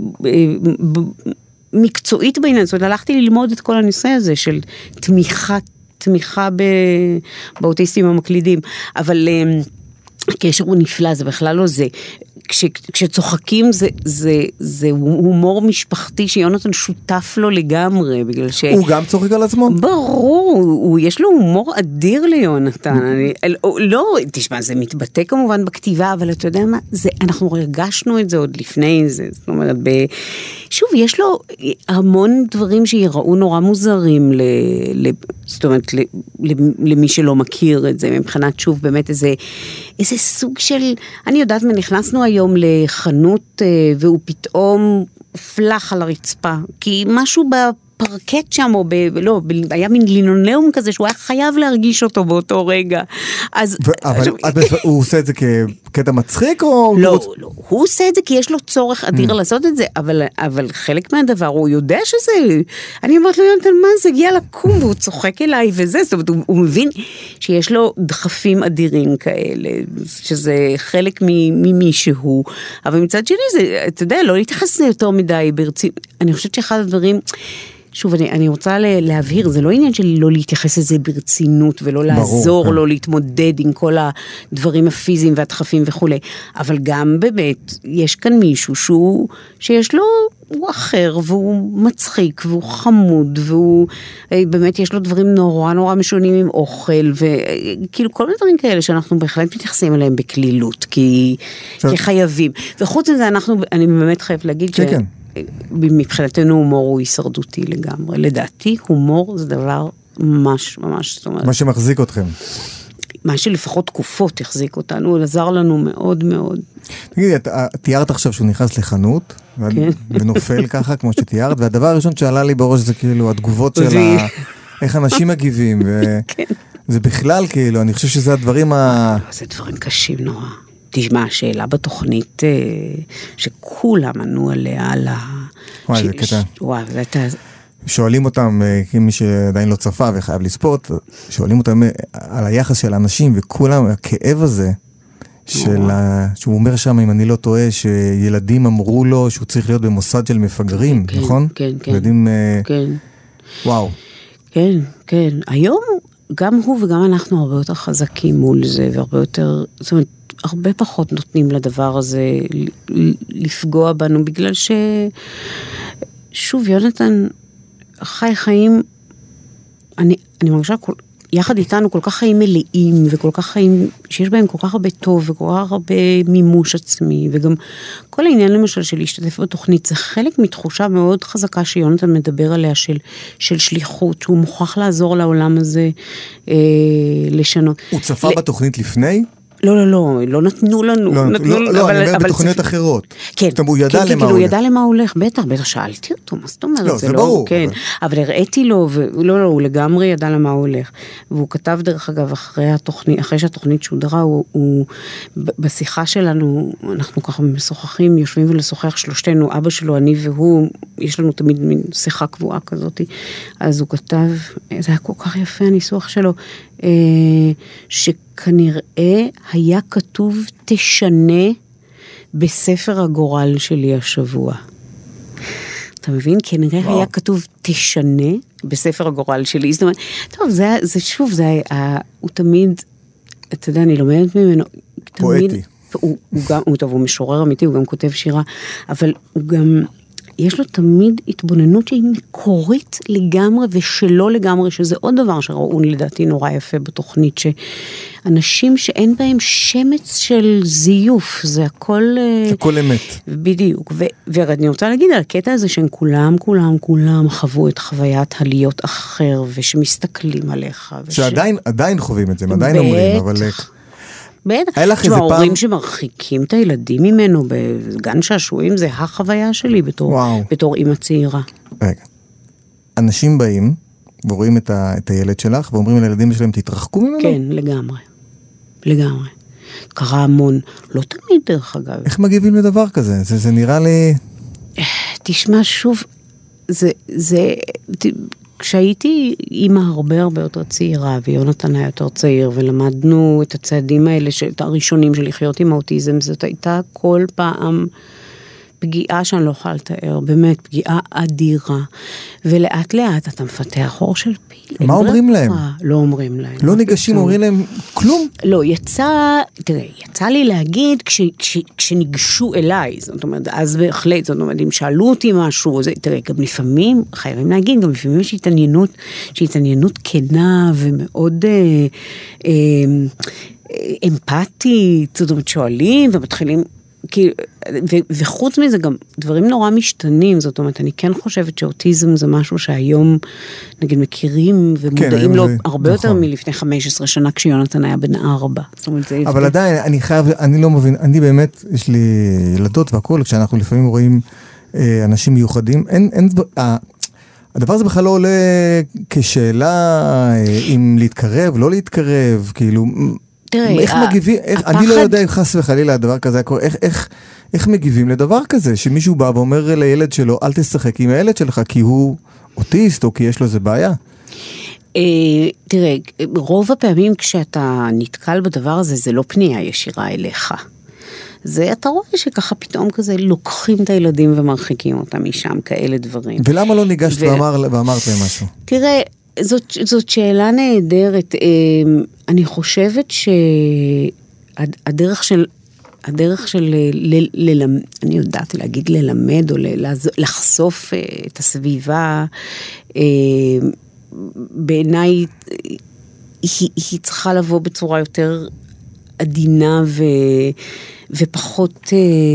מקצועית בעניין, זאת אומרת, הלכתי ללמוד את כל הנושא הזה של תמיכה, תמיכה באוטיסטים המקלידים, אבל הקשר הוא נפלא, זה בכלל לא זה. כש, כשצוחקים זה, זה, זה הומור משפחתי שיונתן שותף לו לגמרי, בגלל ש... הוא גם צוחק על עצמו? ברור, הוא, יש לו הומור אדיר ליונתן. אני, לא, תשמע, זה מתבטא כמובן בכתיבה, אבל אתה יודע מה, זה, אנחנו הרגשנו את זה עוד לפני זה, זאת אומרת, ב... שוב, יש לו המון דברים שיראו נורא מוזרים, ל, ל, זאת אומרת, ל, ל, למי שלא מכיר את זה, מבחינת שוב באמת איזה, איזה סוג של, אני יודעת מה, נכנסנו היום לחנות, והוא פתאום פלח על הרצפה, כי משהו בפרקט שם, או ב, לא, ב, היה מין לינונאום כזה, שהוא היה חייב להרגיש אותו באותו רגע. אז... ו, אבל עכשיו... הוא עושה את זה כקטע מצחיק, או... לא, רוצ... לא, הוא עושה את זה כי יש לו צורך אדיר לעשות את זה, אבל, אבל חלק מהדבר, הוא יודע שזה... אני אומרת לו, יונתן, מה זה הגיע לקום, והוא צוחק אליי וזה, זאת אומרת, הוא, הוא מבין שיש לו דחפים אדירים כאלה, שזה חלק ממישהו, אבל מצד שני, זה, אתה יודע, לא להתייחס לזה יותר מדי ברצינות. אני חושבת שאחד הדברים... שוב, אני, אני רוצה להבהיר, זה לא עניין של לא להתייחס לזה ברצינות, ולא לעזור, ברור, לא להתמודד עם כל הדברים הפיזיים והדחפים וכו'. אבל גם באמת, יש כאן מישהו שהוא, שיש לו, הוא אחר, והוא מצחיק, והוא חמוד, והוא, באמת יש לו דברים נורא נורא משונים עם אוכל, וכאילו כל מיני דברים כאלה שאנחנו בהחלט מתייחסים אליהם בכלילות, כי, כי חייבים. וחוץ מזה, אנחנו, אני באמת חייב להגיד כן, ש... כן. מבחינתנו הומור הוא הישרדותי לגמרי. לדעתי, הומור זה דבר ממש, ממש, זאת אומרת... מה שמחזיק אתכם. מה שלפחות תקופות יחזיק אותנו, הוא עזר לנו מאוד מאוד. תגידי, את תיארת עכשיו שהוא נכנס לחנות, ונופל ככה, כמו שתיארת, והדבר הראשון שעלה לי בראש זה כאילו התגובות של ה... איך אנשים מגיבים, וזה בכלל כאילו, אני חושב שזה הדברים ה... זה דברים קשים נורא. תשמע, השאלה בתוכנית שכולם ענו עליה על ה... וואי, זה קטע. וואי, ואתה... שואלים אותם, כמי שעדיין לא צפה וחייב לספוט, שואלים אותם על היחס של האנשים, וכולם, הכאב הזה, שהוא אומר שם, אם אני לא טועה, שילדים אמרו לו שהוא צריך להיות במוסד של מפגרים, נכון? כן, כן. ילדים... כן. וואו. כן, כן. היום, גם הוא וגם אנחנו הרבה יותר חזקים מול זה, והרבה יותר... זאת אומרת, הרבה פחות נותנים לדבר הזה לפגוע בנו, בגלל ש... שוב, יונתן חי חיים, אני, אני מרגישה כל... יחד איתנו כל כך חיים מלאים, וכל כך חיים, שיש בהם כל כך הרבה טוב, וכל כך הרבה מימוש עצמי, וגם כל העניין למשל של להשתתף בתוכנית, זה חלק מתחושה מאוד חזקה שיונתן מדבר עליה, של, של שליחות, שהוא מוכרח לעזור לעולם הזה אה, לשנות. הוא צפה ל... בתוכנית לפני? לא, לא, לא, לא נתנו לנו. לא, נתנו, לא, לא אבל, אני אומר אבל בתוכניות צפ... אחרות. כן, זאת אומרת, הוא ידע כן, למה כן, הוא הוא הולך. ידע למה הוא הולך, בטח, בטח, שאלתי אותו, מה זאת אומרת? לא, זה, זה לא, ברור. כן, אבל... אבל הראיתי לו, ולא, לא, הוא לגמרי ידע למה הוא הולך. והוא כתב דרך אגב, אחרי התוכנית, אחרי שהתוכנית שודרה, הוא, הוא, בשיחה שלנו, אנחנו ככה משוחחים, יושבים ולשוחח שלושתנו, אבא שלו, אני והוא, יש לנו תמיד מין שיחה קבועה כזאת, אז הוא כתב, זה היה כל כך יפה הניסוח שלו, שכנראה היה כתוב תשנה בספר הגורל שלי השבוע. אתה מבין? כנראה וואו. היה כתוב תשנה בספר הגורל שלי. זאת אומרת, טוב, זה, זה שוב, זה היה, הוא תמיד, אתה יודע, אני לומדת ממנו, פואטי. תמיד, הוא, הוא גם, הוא טוב, הוא משורר אמיתי, הוא גם כותב שירה, אבל הוא גם... יש לו תמיד התבוננות שהיא מקורית לגמרי ושלא לגמרי, שזה עוד דבר שראו לדעתי נורא יפה בתוכנית, שאנשים שאין בהם שמץ של זיוף, זה הכל... הכל אמת. בדיוק, ו- ואני רוצה להגיד על הקטע הזה שהם כולם, כולם, כולם חוו את חוויית הלהיות אחר, ושמסתכלים עליך. וש... שעדיין, עדיין חווים את זה, הם עדיין אומרים, אבל... בטח, תשמע, ההורים שמרחיקים את הילדים ממנו בגן שעשועים, זה החוויה שלי בתור, בתור אמא צעירה. רגע, אנשים באים ורואים את, ה, את הילד שלך, ואומרים לילדים שלהם, תתרחקו ממנו? כן, לגמרי, לגמרי. קרה המון, לא תמיד דרך אגב. איך מגיבים לדבר כזה? זה, זה נראה לי... תשמע, שוב, זה... זה כשהייתי אימא הרבה הרבה יותר צעירה, ויונתן היה יותר צעיר, ולמדנו את הצעדים האלה, את הראשונים של לחיות עם האוטיזם, זאת הייתה כל פעם פגיעה שאני לא יכולה לתאר, באמת פגיעה אדירה, ולאט לאט אתה מפתח אור של פיל. מה אומרים להם? לא אומרים להם. לא ניגשים, אומרים להם כלום? לא, יצא, תראה, יצא לי להגיד כש, כש, כשניגשו אליי, זאת אומרת, אז בהחלט, זאת אומרת, אם שאלו אותי משהו, זה, תראה, גם לפעמים, חייבים להגיד, גם לפעמים יש התעניינות, שהתעניינות כנה ומאוד אה, אה, אמפתית, זאת אומרת, שואלים ומתחילים, כי, ו, וחוץ מזה גם דברים נורא משתנים, זאת אומרת, אני כן חושבת שאוטיזם זה משהו שהיום, נגיד, מכירים ומודעים כן, לו זה, הרבה נכון. יותר מלפני חמש עשרה שנה, כשיונתן היה בן ארבע. זאת אומרת, זה אבל עדיין, אני חייב, אני לא מבין, אני באמת, יש לי ילדות והכל, כשאנחנו לפעמים רואים אה, אנשים מיוחדים, אין, אין, אה, הדבר הזה בכלל לא עולה כשאלה, אה, אם להתקרב, לא להתקרב, כאילו... תראה, איך מגיבים, איך, הפחד... אני לא יודע אם חס וחלילה הדבר כזה, איך, איך, איך מגיבים לדבר כזה, שמישהו בא ואומר לילד שלו, אל תשחק עם הילד שלך, כי הוא אוטיסט, או כי יש לו איזה בעיה. תראה, רוב הפעמים כשאתה נתקל בדבר הזה, זה לא פנייה ישירה אליך. זה, אתה רואה שככה פתאום כזה לוקחים את הילדים ומרחיקים אותם משם, כאלה דברים. ולמה לא ניגשת ו... ואמר, ואמרת להם משהו? תראה, זאת, זאת שאלה נהדרת. אני חושבת שהדרך של, הדרך של, ל, ל, אני יודעת להגיד ללמד או לחשוף את הסביבה, בעיניי היא, היא צריכה לבוא בצורה יותר עדינה ו, ופחות...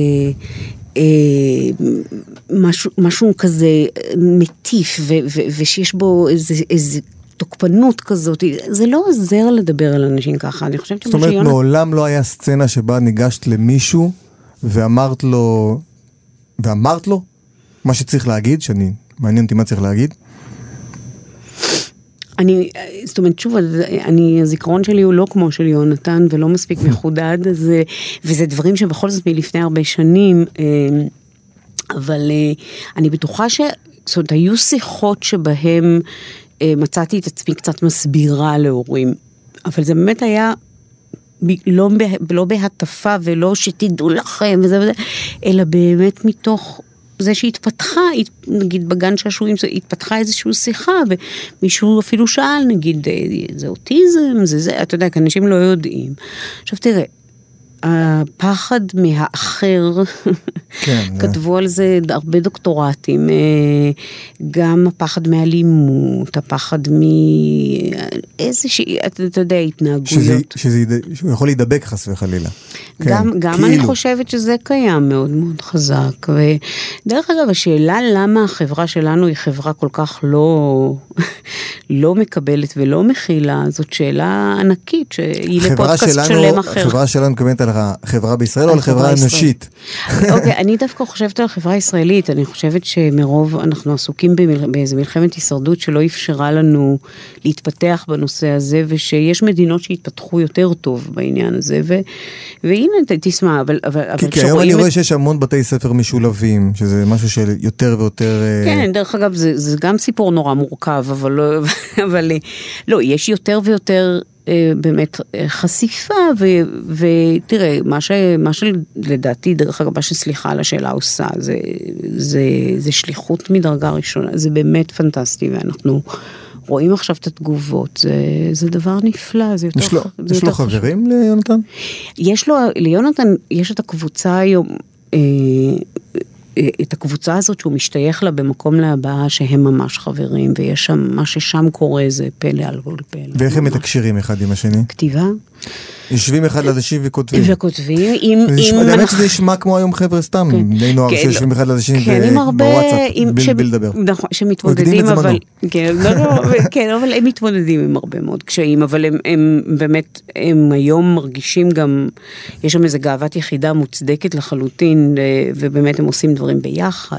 משהו, משהו כזה מטיף ו, ו, ושיש בו איזה, איזה תוקפנות כזאת, זה לא עוזר לדבר על אנשים ככה, אני חושבת זאת אומרת, שיונה... מעולם לא היה סצנה שבה ניגשת למישהו ואמרת לו, ואמרת לו מה שצריך להגיד, שאני מעניין אותי מה צריך להגיד? אני, זאת אומרת, שוב, אני, הזיכרון שלי הוא לא כמו של יונתן, ולא מספיק מחודד, אז, וזה דברים שבכל זאת מלפני הרבה שנים, אבל אני בטוחה ש, זאת אומרת, היו שיחות שבהם מצאתי את עצמי קצת מסבירה להורים, אבל זה באמת היה לא, לא בהטפה ולא שתדעו לכם, וזה וזה, אלא באמת מתוך... זה שהתפתחה, נגיד בגן שעשועים, התפתחה איזושהי שיחה, ומישהו אפילו שאל, נגיד, זה אוטיזם, זה זה, אתה יודע, כי אנשים לא יודעים. עכשיו תראה, הפחד מהאחר, כתבו על זה הרבה דוקטורטים, גם הפחד מאלימות, הפחד מאיזושהי, אתה יודע, התנהגויות. שהוא יכול להידבק חס וחלילה. גם אני חושבת שזה קיים מאוד מאוד חזק, ודרך אגב, השאלה למה החברה שלנו היא חברה כל כך לא, לא מקבלת ולא מכילה, זאת שאלה ענקית, שהיא לפודקאסט שלם אחר. החברה שלנו מתכוונת על החברה בישראל או על החברה האנושית? אוקיי, אני דווקא חושבת על החברה הישראלית, אני חושבת שמרוב אנחנו עסוקים באיזו מלחמת הישרדות שלא אפשרה לנו להתפתח בנושא הזה, ושיש מדינות שהתפתחו יותר טוב בעניין הזה, והנה תשמע, אבל... כי היום אני רואה שיש המון בתי ספר משולבים, שזה משהו שיותר ויותר... כן, דרך אגב, זה גם סיפור נורא מורכב, אבל לא, יש יותר ויותר... באמת חשיפה, ותראה, מה שלדעתי, דרך אגב, מה שסליחה על השאלה עושה, זה שליחות מדרגה ראשונה, זה באמת פנטסטי, ואנחנו רואים עכשיו את התגובות, זה דבר נפלא. יש לו חברים ליונתן? יש לו, ליונתן, יש את הקבוצה היום, את הקבוצה הזאת שהוא משתייך לה במקום להבאה שהם ממש חברים, ויש שם, מה ששם קורה זה פלא על כל פלא. ואיך הם מתקשרים אחד עם השני? כתיבה. יושבים אחד לאנשים וכותבים. וכותבים. באמת שזה ישמע כמו היום חבר'ה סתם, די נוער שיושבים אחד לאנשים בוואטסאפ, בלדבר. נכון, שמתמודדים, אבל... כן, אבל הם מתמודדים עם הרבה מאוד קשיים, אבל הם באמת, הם היום מרגישים גם, יש שם איזו גאוות יחידה מוצדקת לחלוטין, ובאמת הם עושים דברים ביחד,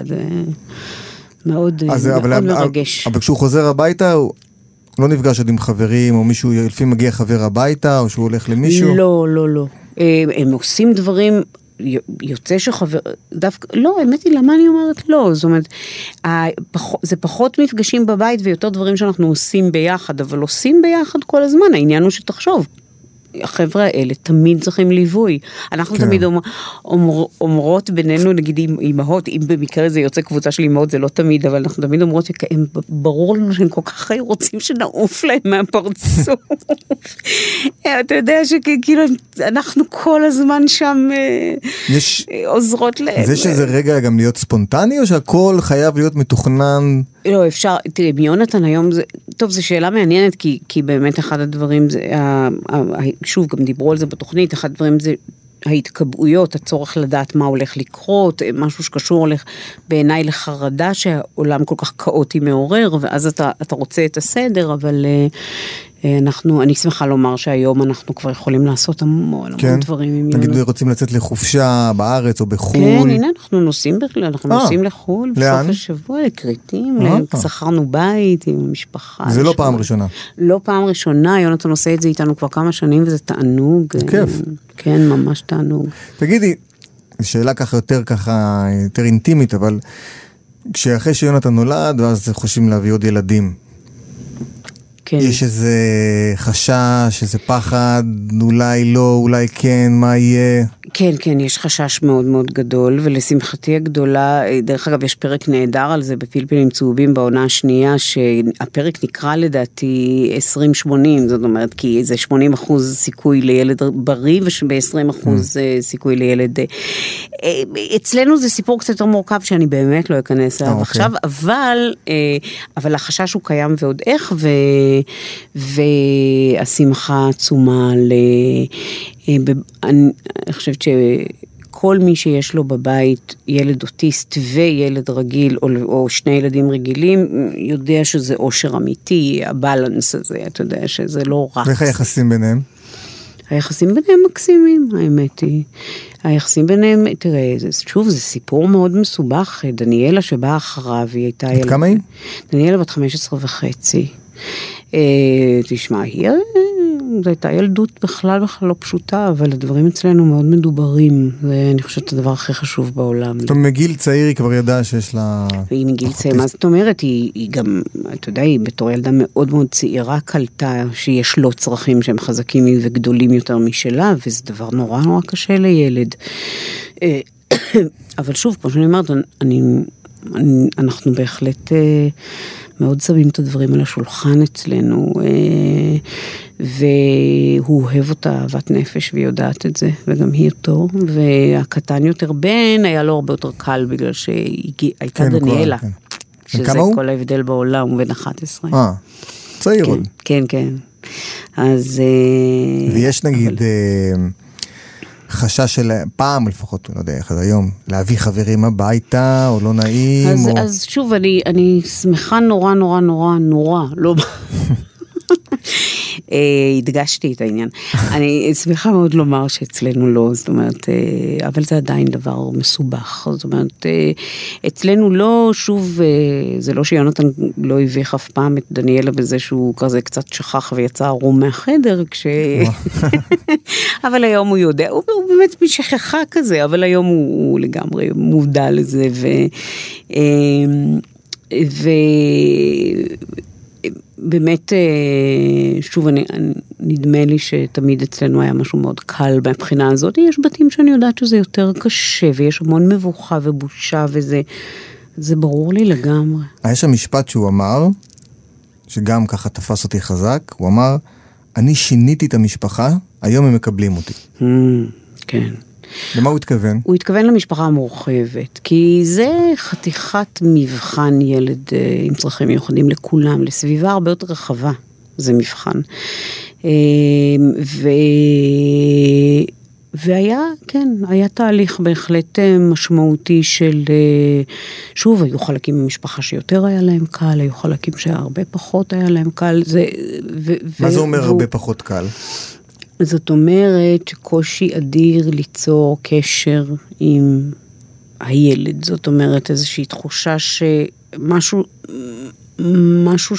מאוד מרגש. אבל כשהוא חוזר הביתה, הוא... לא נפגש עוד עם חברים, או מישהו, לפעמים מגיע חבר הביתה, או שהוא הולך למישהו? לא, לא, לא. הם עושים דברים, יוצא שחבר, דווקא, לא, האמת היא, למה אני אומרת לא? זאת אומרת, זה פחות מפגשים בבית, ויותר דברים שאנחנו עושים ביחד, אבל עושים ביחד כל הזמן, העניין הוא שתחשוב. החבר'ה האלה תמיד צריכים ליווי. אנחנו תמיד אומרות בינינו, נגיד אימהות, אם במקרה זה יוצא קבוצה של אימהות, זה לא תמיד, אבל אנחנו תמיד אומרות שברור לנו שהם כל כך רוצים שנעוף להם מהפרצוף. אתה יודע שכאילו אנחנו כל הזמן שם עוזרות להם. זה שזה רגע גם להיות ספונטני, או שהכל חייב להיות מתוכנן? לא, אפשר, תראה, מיונתן היום, זה, טוב, זו שאלה מעניינת, כי, כי באמת אחד הדברים, זה, שוב, גם דיברו על זה בתוכנית, אחד הדברים זה ההתקבעויות, הצורך לדעת מה הולך לקרות, משהו שקשור הולך בעיניי לחרדה, שהעולם כל כך כאוטי מעורר, ואז אתה, אתה רוצה את הסדר, אבל אנחנו, אני שמחה לומר שהיום אנחנו כבר יכולים לעשות המון, כן. המון דברים עם יונתן. נגיד, רוצים לצאת לחופשה בארץ או בחול? כן, הנה, אנחנו נוסעים בכלל, אנחנו 아, נוסעים לחול, לאן? בסוף השבוע, לקריטים, שכרנו בית עם המשפחה. זה לא פעם ראשונה. לא פעם ראשונה, יונתן עושה את זה איתנו כבר כמה שנים, וזה תענוג. כיף. כן, ממש תענוג. תגידי, שאלה ככה יותר ככה, יותר אינטימית, אבל כשאחרי שיונתן נולד, ואז חושבים להביא עוד ילדים, כן. יש איזה חשש, איזה פחד, אולי לא, אולי כן, מה יהיה? כן, כן, יש חשש מאוד מאוד גדול, ולשמחתי הגדולה, דרך אגב, יש פרק נהדר על זה בפלפלים צהובים בעונה השנייה, שהפרק נקרא לדעתי עשרים שמונים, זאת אומרת, כי זה שמונים אחוז סיכוי לילד בריא, וב-עשרים אחוז mm. סיכוי לילד... אצלנו זה סיפור קצת יותר מורכב, שאני באמת לא אכנס אליו עכשיו, אבל, אבל החשש הוא קיים ועוד איך, ו... והשמחה עצומה ל... אני חושבת שכל מי שיש לו בבית ילד אוטיסט וילד רגיל, או, או שני ילדים רגילים, יודע שזה אושר אמיתי, הבלנס הזה, אתה יודע שזה לא רק... ואיך היחסים ביניהם? היחסים ביניהם מקסימים, האמת היא. היחסים ביניהם, תראה, שוב, זה סיפור מאוד מסובך. דניאלה שבאה אחריו, היא הייתה... בת כמה היא? דניאלה בת חמש עשרה וחצי. תשמע, היא... זו הייתה ילדות בכלל בכלל לא פשוטה, אבל הדברים אצלנו מאוד מדוברים, ואני חושבת הדבר הכי חשוב בעולם. זאת אומרת, מגיל צעיר היא כבר ידעה שיש לה... והיא מגיל צעיר, מה זאת אומרת? היא, היא גם, אתה יודע, היא בתור ילדה מאוד מאוד צעירה קלטה, שיש לו צרכים שהם חזקים וגדולים יותר משלה, וזה דבר נורא נורא קשה לילד. אבל שוב, כמו שאני אומרת, אני, אני, אנחנו בהחלט... מאוד שמים את הדברים על השולחן אצלנו, והוא אוהב אותה אהבת נפש, והיא יודעת את זה, וגם היא אותו, והקטן יותר בן היה לו הרבה יותר קל, בגלל שהייתה דניאלה, שזה כל ההבדל בעולם, הוא בן אחת עשרה. אה, צעיר עוד. כן, כן. אז... ויש נגיד... חשש של פעם לפחות, לא יודע איך זה היום, להביא חברים הביתה, או לא נעים, אז, או... אז שוב, אני, אני שמחה נורא, נורא, נורא, נורא, לא... הדגשתי את העניין. אני שמחה מאוד לומר שאצלנו לא, זאת אומרת, אבל זה עדיין דבר מסובך. זאת אומרת, אצלנו לא, שוב, זה לא שיונתן לא הביך אף פעם את דניאלה בזה שהוא כזה קצת שכח ויצא ערום מהחדר, כש... אבל היום הוא יודע, הוא באמת משכחה כזה, אבל היום הוא, הוא לגמרי מודע לזה, ו... ו... באמת, שוב, אני, נדמה לי שתמיד אצלנו היה משהו מאוד קל מבחינה הזאת. יש בתים שאני יודעת שזה יותר קשה, ויש המון מבוכה ובושה, וזה זה ברור לי לגמרי. יש המשפט שהוא אמר, שגם ככה תפס אותי חזק, הוא אמר, אני שיניתי את המשפחה, היום הם מקבלים אותי. Mm, כן. למה הוא התכוון? הוא התכוון למשפחה המורחבת, כי זה חתיכת מבחן ילד עם צרכים מיוחדים לכולם, לסביבה הרבה יותר רחבה, זה מבחן. ו... והיה, כן, היה תהליך בהחלט משמעותי של, שוב, היו חלקים במשפחה שיותר היה להם קל, היו חלקים שהרבה פחות היה להם קל. זה, ו... מה זה אומר והוא... הרבה פחות קל? זאת אומרת שקושי אדיר ליצור קשר עם הילד, זאת אומרת איזושהי תחושה שמשהו, משהו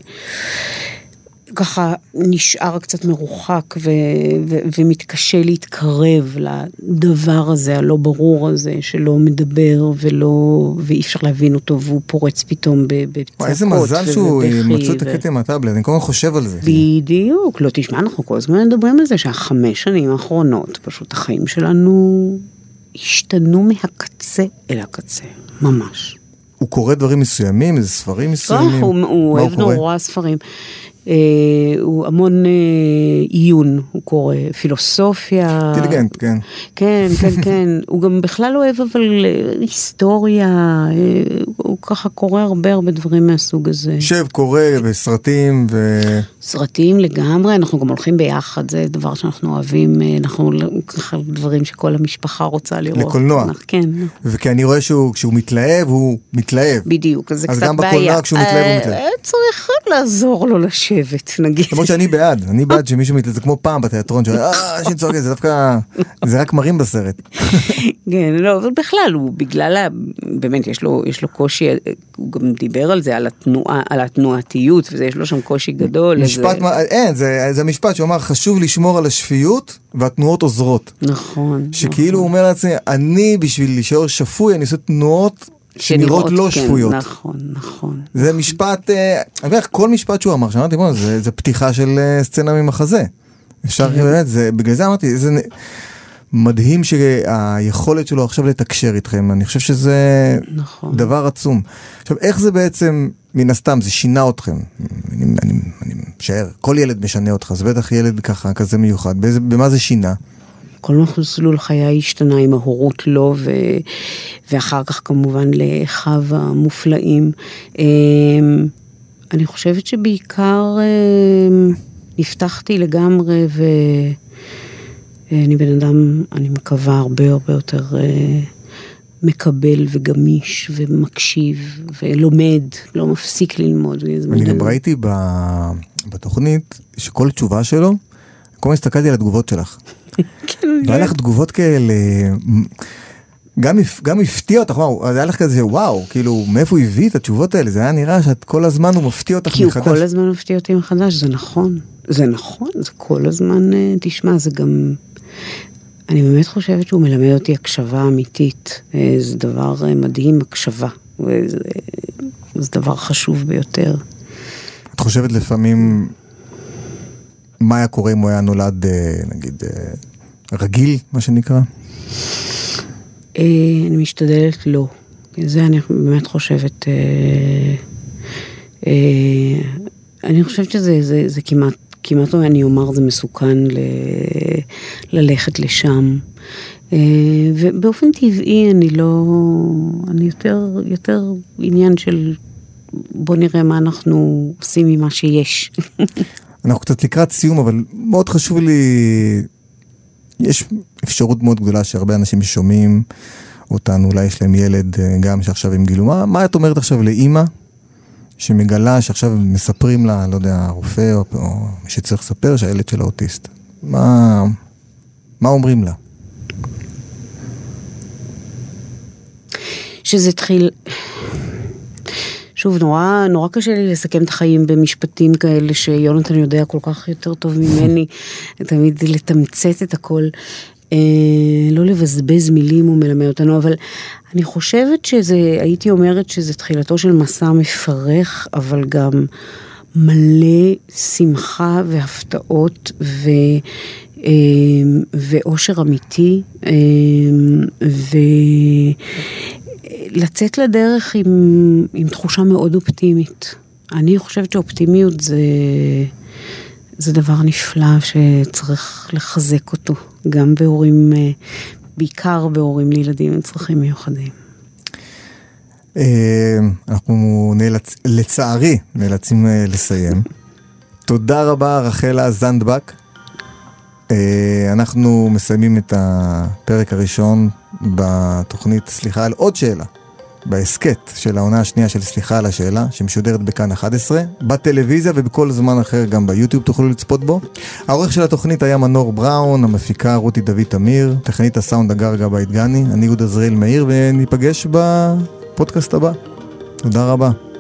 שככה נשאר קצת מרוחק ו, ו, ומתקשה להתקרב לדבר הזה, הלא ברור הזה, שלא מדבר ולא, ואי אפשר להבין אותו, והוא פורץ פתאום בצעקות. איזה מזל שהוא מצא את הקטע עם הטאבלט, אני כל הזמן חושב על זה. בדיוק, לא תשמע, אנחנו כל הזמן מדברים על זה, שהחמש שנים האחרונות, פשוט החיים שלנו השתנו מהקצה אל הקצה, ממש. הוא קורא דברים מסוימים, איזה ספרים מסוימים? הוא, הוא אוהב נורא ספרים. אה, הוא המון אה, עיון, הוא קורא פילוסופיה. אינטליגנט, כן. כן, כן, כן. הוא גם בכלל אוהב אבל היסטוריה, אה, הוא ככה קורא הרבה הרבה דברים מהסוג הזה. שב, קורא בסרטים ו... סרטים לגמרי, אנחנו גם הולכים ביחד, זה דבר שאנחנו אוהבים, אנחנו ככה דברים שכל המשפחה רוצה לראות. לקולנוע. כן. וכי אני רואה שהוא, כשהוא מתלהב, הוא מתלהב. בדיוק, אז זה קצת בעיה. אז גם בקולנוע כשהוא מתלהב, הוא מתלהב. צריך לעזור לו לשבת, נגיד. למרות שאני בעד, אני בעד שמישהו מתלהב, זה כמו פעם בתיאטרון, אה, שצורק, זה דווקא, זה רק מרים בסרט. כן, לא, אבל בכלל, הוא בגלל, באמת, יש לו, יש לו קושי, הוא גם דיבר על זה, על התנועה, על התנועתיות, וזה, יש לו שם קושי גדול. משפט, אין, זה משפט שאומר, חשוב לשמור על השפיות, והתנועות עוזרות. נכון. שכאילו הוא אומר לעצמי, אני בשביל להישאר שפוי, אני עושה תנועות שנראות לא שפויות. נכון, נכון. זה משפט, אני אומר, כל משפט שהוא אמר, שאמרתי, בוא, זה פתיחה של סצנה ממחזה. אפשר, באמת, בגלל זה אמרתי, זה מדהים שהיכולת שלו עכשיו לתקשר איתכם, אני חושב שזה דבר עצום. עכשיו, איך זה בעצם, מן הסתם, זה שינה אתכם, אני משער, כל ילד משנה אותך, זה בטח ילד ככה, כזה מיוחד, במה זה שינה? כל מסלול חיי השתנה עם ההורות לו, ו... ואחר כך כמובן לאחיו המופלאים. אני חושבת שבעיקר נפתחתי לגמרי, ואני בן אדם, אני מקווה הרבה הרבה יותר מקבל וגמיש ומקשיב ולומד, לא מפסיק ללמוד. אני גם ראיתי בתוכנית שכל תשובה שלו, כל מה הסתכלתי על התגובות שלך. והיה לך תגובות כאלה, גם, גם הפתיע אותך, וואו, היה לך כזה, וואו, כאילו, מאיפה הוא הביא את התשובות האלה? זה היה נראה שאת כל הזמן הוא מפתיע אותך כי מחדש. כי הוא כל הזמן מפתיע אותי מחדש, זה נכון. זה נכון, זה כל הזמן, תשמע, זה גם, אני באמת חושבת שהוא מלמד אותי הקשבה אמיתית. זה דבר מדהים, הקשבה. וזה, זה דבר חשוב ביותר. את חושבת לפעמים, מה היה קורה אם הוא היה נולד, נגיד, רגיל, מה שנקרא? אני משתדלת לא. זה אני באמת חושבת, אני חושבת שזה זה, זה כמעט, כמעט אני אומר, זה מסוכן ל, ללכת לשם. ובאופן טבעי אני לא, אני יותר, יותר עניין של בוא נראה מה אנחנו עושים ממה שיש. אנחנו קצת לקראת סיום, אבל מאוד חשוב לי, יש אפשרות מאוד גדולה שהרבה אנשים ששומעים אותנו, אולי יש להם ילד גם שעכשיו הם גילו. מה, מה את אומרת עכשיו לאמא שמגלה שעכשיו מספרים לה, לא יודע, הרופא או, או מי שצריך לספר שהילד שלה אוטיסט? מה, מה אומרים לה? שזה התחיל... שוב, נורא, נורא קשה לי לסכם את החיים במשפטים כאלה שיונתן יודע כל כך יותר טוב ממני, תמיד לתמצת את הכל, אה, לא לבזבז מילים ומלמד אותנו, אבל אני חושבת שזה, הייתי אומרת שזה תחילתו של מסע מפרך, אבל גם מלא שמחה והפתעות ו... ואושר אמיתי, ולצאת לדרך עם, עם תחושה מאוד אופטימית. אני חושבת שאופטימיות זה, זה דבר נפלא שצריך לחזק אותו, גם בהורים, בעיקר בהורים לילדים עם צרכים מיוחדים. אנחנו נאלצ... לצערי נאלצים לסיים. תודה רבה רחלה זנדבק. אנחנו מסיימים את הפרק הראשון בתוכנית סליחה על עוד שאלה, בהסקט של העונה השנייה של סליחה על השאלה, שמשודרת בכאן אחת עשרה, בטלוויזיה ובכל זמן אחר גם ביוטיוב תוכלו לצפות בו. העורך של התוכנית היה מנור בראון, המפיקה רותי דוד תמיר, טכנית הסאונד הגרגה בית גני, אני יהודה זריאל מאיר, וניפגש בפודקאסט הבא. תודה רבה.